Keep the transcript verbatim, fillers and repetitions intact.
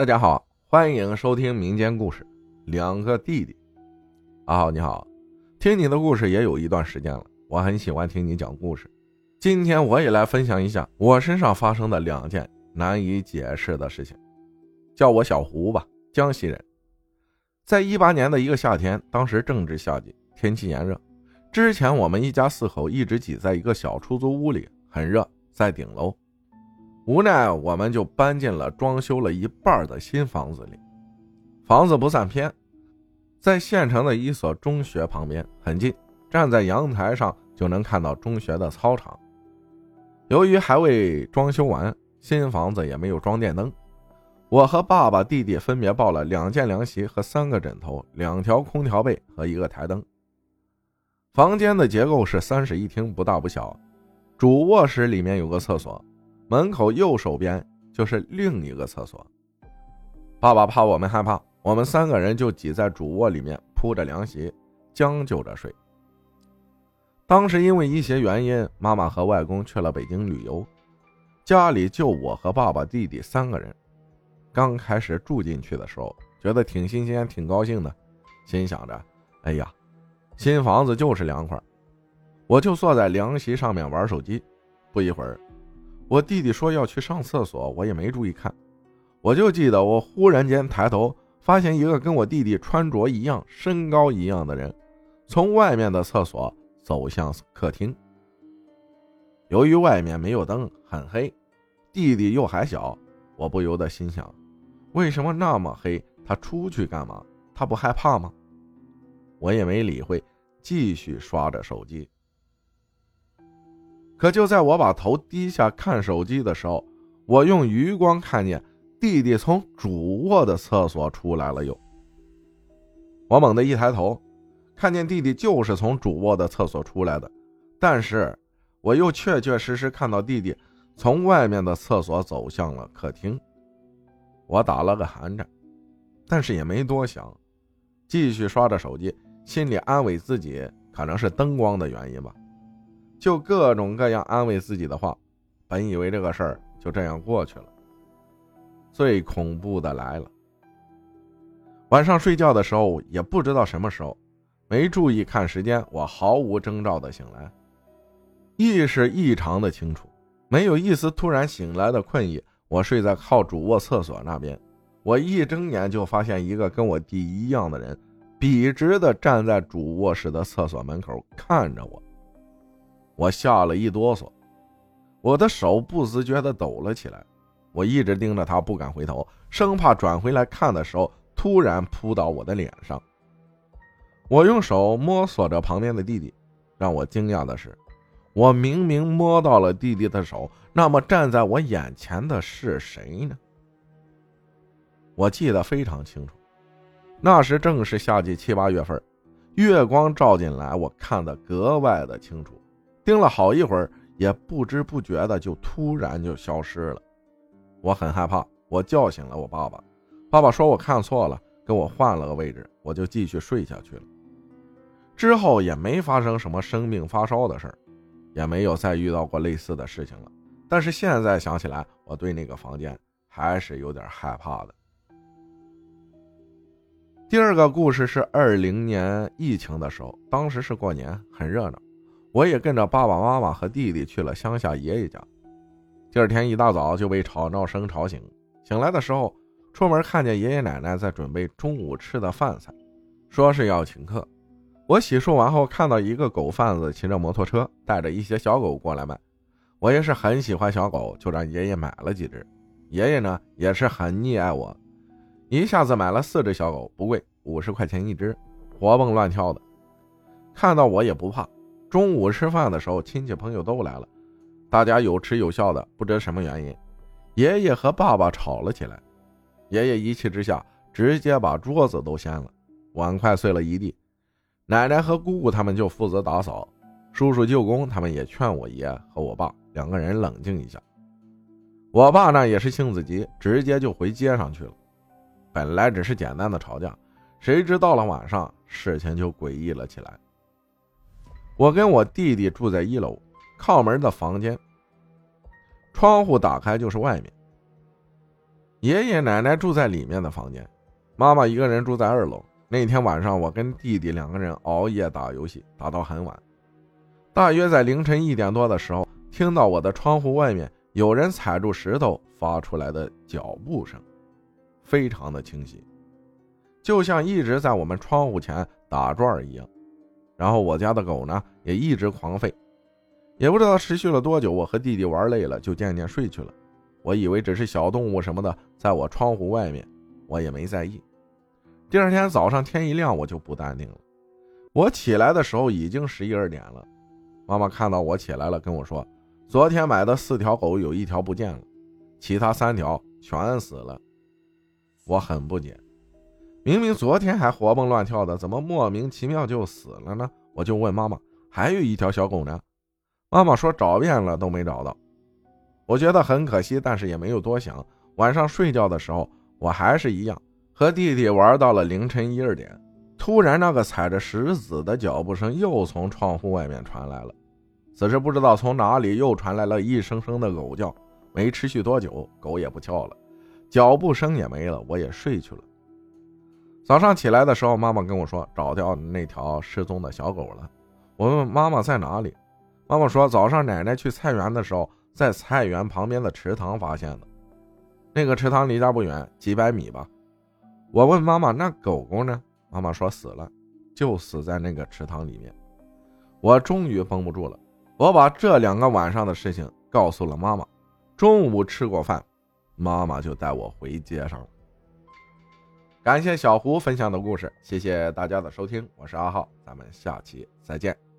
大家好，欢迎收听民间故事。两个弟弟。阿浩你好，听你的故事也有一段时间了，我很喜欢听你讲故事。今天我也来分享一下我身上发生的两件难以解释的事情。叫我小胡吧，江西人。在一八年的一个夏天，当时正值夏季，天气炎热。之前我们一家四口一直挤在一个小出租屋里，很热，在顶楼。无奈我们就搬进了装修了一半的新房子里。房子不算偏，在县城的一所中学旁边，很近，站在阳台上就能看到中学的操场。由于还未装修完，新房子也没有装电灯，我和爸爸弟弟分别抱了两件凉席和三个枕头，两条空调被和一个台灯。房间的结构是三室一厅，不大不小。主卧室里面有个厕所，门口右手边就是另一个厕所。爸爸怕我们害怕，我们三个人就挤在主卧里面铺着凉席，将就着睡。当时因为一些原因，妈妈和外公去了北京旅游，家里就我和爸爸弟弟三个人。刚开始住进去的时候，觉得挺新鲜挺高兴的，心想着哎呀，新房子就是凉快。我就坐在凉席上面玩手机，不一会儿我弟弟说要去上厕所，我也没注意看。我就记得我忽然间抬头，发现一个跟我弟弟穿着一样身高一样的人从外面的厕所走向客厅。由于外面没有灯，很黑，弟弟又还小，我不由得心想，为什么那么黑，他出去干嘛？他不害怕吗？我也没理会，继续刷着手机。可就在我把头低下看手机的时候，我用余光看见弟弟从主卧的厕所出来了又。我猛地一抬头，看见弟弟就是从主卧的厕所出来的，但是我又确确实实看到弟弟从外面的厕所走向了客厅。我打了个寒战，但是也没多想，继续刷着手机，心里安慰自己可能是灯光的原因吧，就各种各样安慰自己的话，本以为这个事儿就这样过去了。最恐怖的来了，晚上睡觉的时候也不知道什么时候，没注意看时间，我毫无征兆的醒来，意识异常的清楚，没有一丝突然醒来的困意。我睡在靠主卧厕所那边，我一睁眼就发现一个跟我弟一样的人笔直的站在主卧室的厕所门口看着我。我吓了一哆嗦，我的手不自觉地抖了起来，我一直盯着他不敢回头，生怕转回来看的时候突然扑到我的脸上。我用手摸索着旁边的弟弟，让我惊讶的是，我明明摸到了弟弟的手，那么站在我眼前的是谁呢？我记得非常清楚，那时正是夏季七八月份，月光照进来，我看得格外的清楚，盯了好一会儿，也不知不觉的就突然就消失了。我很害怕，我叫醒了我爸爸，爸爸说我看错了，跟我换了个位置，我就继续睡下去了。之后也没发生什么生病发烧的事儿，也没有再遇到过类似的事情了。但是现在想起来，我对那个房间还是有点害怕的。第二个故事是二零年疫情的时候，当时是过年，很热闹，我也跟着爸爸妈妈和弟弟去了乡下爷爷家。第二天一大早就被吵闹声吵醒，醒来的时候出门看见爷爷奶奶在准备中午吃的饭菜，说是要请客。我洗漱完后看到一个狗贩子骑着摩托车带着一些小狗过来卖，我也是很喜欢小狗，就让爷爷买了几只。爷爷呢也是很溺爱我，一下子买了四只小狗，不贵，五十块钱一只，活蹦乱跳的。看到我也不怕。中午吃饭的时候，亲戚朋友都来了，大家有吃有笑的，不知什么原因，爷爷和爸爸吵了起来。爷爷一气之下直接把桌子都掀了，碗筷碎了一地。奶奶和姑姑他们就负责打扫，叔叔舅公他们也劝我爷和我爸两个人冷静一下。我爸呢也是性子急，直接就回街上去了。本来只是简单的吵架，谁知到了晚上事情就诡异了起来。我跟我弟弟住在一楼靠门的房间，窗户打开就是外面。 爷爷奶奶住在里面的房间，妈妈一个人住在二楼。那天晚上我跟弟弟两个人熬夜打游戏，打到很晚。大约在凌晨一点多的时候，听到我的窗户外面有人踩住石头发出来的脚步声，非常的清晰，就像一直在我们窗户前打转一样。然后我家的狗呢也一直狂吠，也不知道持续了多久，我和弟弟玩累了就渐渐睡去了。我以为只是小动物什么的在我窗户外面，我也没在意。第二天早上天一亮，我就不淡定了。我起来的时候已经十一二点了。妈妈看到我起来了，跟我说昨天买的四条狗有一条不见了，其他三条全死了。我很不解，明明昨天还活蹦乱跳的，怎么莫名其妙就死了呢？我就问妈妈，还有一条小狗呢？妈妈说找遍了都没找到。我觉得很可惜，但是也没有多想。晚上睡觉的时候，我还是一样和弟弟玩到了凌晨一二点。突然那个踩着石子的脚步声又从窗户外面传来了。此时不知道从哪里又传来了一声声的狗叫，没持续多久，狗也不叫了，脚步声也没了，我也睡去了。早上起来的时候，妈妈跟我说找到那条失踪的小狗了。我问妈妈在哪里，妈妈说早上奶奶去菜园的时候，在菜园旁边的池塘发现的。那个池塘离家不远，几百米吧。我问妈妈那狗狗呢？妈妈说死了，就死在那个池塘里面。我终于绷不住了，我把这两个晚上的事情告诉了妈妈。中午吃过饭，妈妈就带我回街上了。感谢小胡分享的故事，谢谢大家的收听，我是阿浩，咱们下期再见。